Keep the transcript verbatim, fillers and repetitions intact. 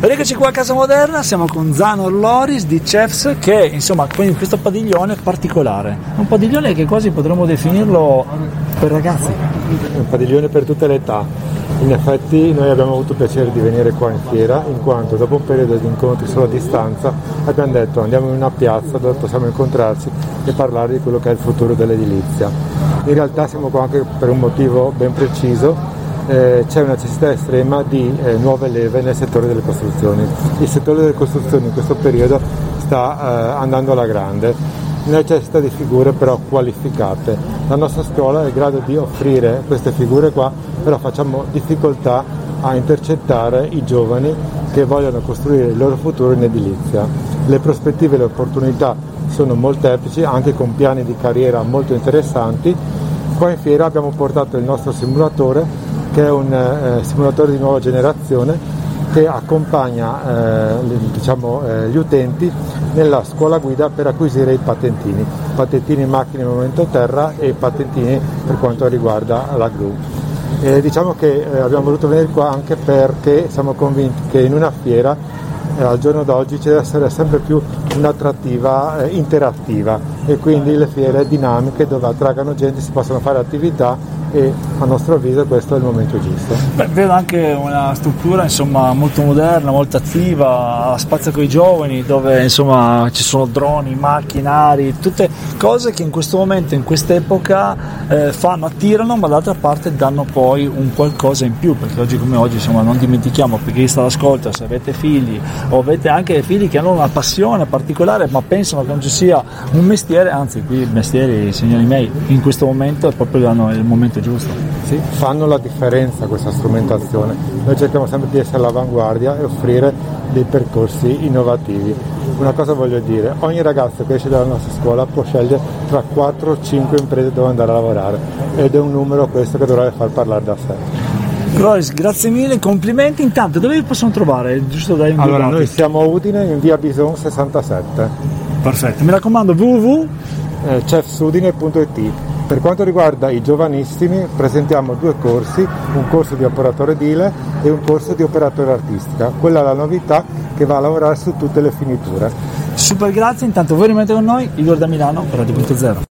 Eccoci qua a Casa Moderna, siamo con Zano Loris di Chefs, che insomma in questo padiglione particolare, un padiglione che quasi potremmo definirlo per ragazzi. Un padiglione per tutte le età. In effetti noi abbiamo avuto il piacere di venire qua in fiera, in quanto dopo un periodo di incontri solo a distanza abbiamo detto andiamo in una piazza dove possiamo incontrarci e parlare di quello che è il futuro dell'edilizia. In realtà siamo qua anche per un motivo ben preciso. Eh, c'è una necessità estrema di eh, nuove leve nel settore delle costruzioni. Il settore delle costruzioni in questo periodo sta eh, andando alla grande, necessita di figure però qualificate. La nostra scuola è in grado di offrire queste figure qua, però facciamo difficoltà a intercettare i giovani che vogliono costruire il loro futuro in edilizia. Le prospettive e le opportunità sono molteplici, anche con piani di carriera molto interessanti. Qua in fiera abbiamo portato il nostro simulatore, che è un eh, simulatore di nuova generazione che accompagna eh, diciamo, eh, gli utenti nella scuola guida per acquisire i patentini, patentini macchine movimento terra e patentini per quanto riguarda la gru. E diciamo che eh, abbiamo voluto venire qua anche perché siamo convinti che in una fiera eh, al giorno d'oggi ci deve essere sempre più un'attrattiva eh, interattiva, e quindi le fiere dinamiche dove attraggano gente, si possono fare attività, e a nostro avviso questo è il momento giusto. Beh, vedo anche una struttura insomma molto moderna, molto attiva, spazio con i giovani, dove insomma ci sono droni, macchinari, tutte cose che in questo momento, in quest'epoca eh, fanno, attirano, ma d'altra parte danno poi un qualcosa in più, perché oggi come oggi insomma non dimentichiamo, perché chi sta all'ascolto, se avete figli o avete anche figli che hanno una passione particolare ma pensano che non ci sia un mestiere, anzi qui i mestieri, signori miei, in questo momento è proprio il momento giusto. Sì, fanno la differenza questa strumentazione. Noi cerchiamo sempre di essere all'avanguardia e offrire dei percorsi innovativi. Una cosa voglio dire, ogni ragazzo che esce dalla nostra scuola può scegliere tra quattro o cinque imprese dove andare a lavorare, ed è un numero questo che dovrebbe far parlare da sé. Loris, grazie mille, complimenti. Intanto dove vi possono trovare? Giusto da allora, noi siamo a Udine in via Bison sessantasette. Perfetto, mi raccomando w w w punto chefs udine punto it. Per quanto riguarda i giovanissimi presentiamo due corsi, un corso di operatore edile e un corso di operatore artistica. Quella è la novità, che va a lavorare su tutte le finiture. Super, grazie. Intanto voi rimanete con noi, Igor da Milano, Radio punto zero.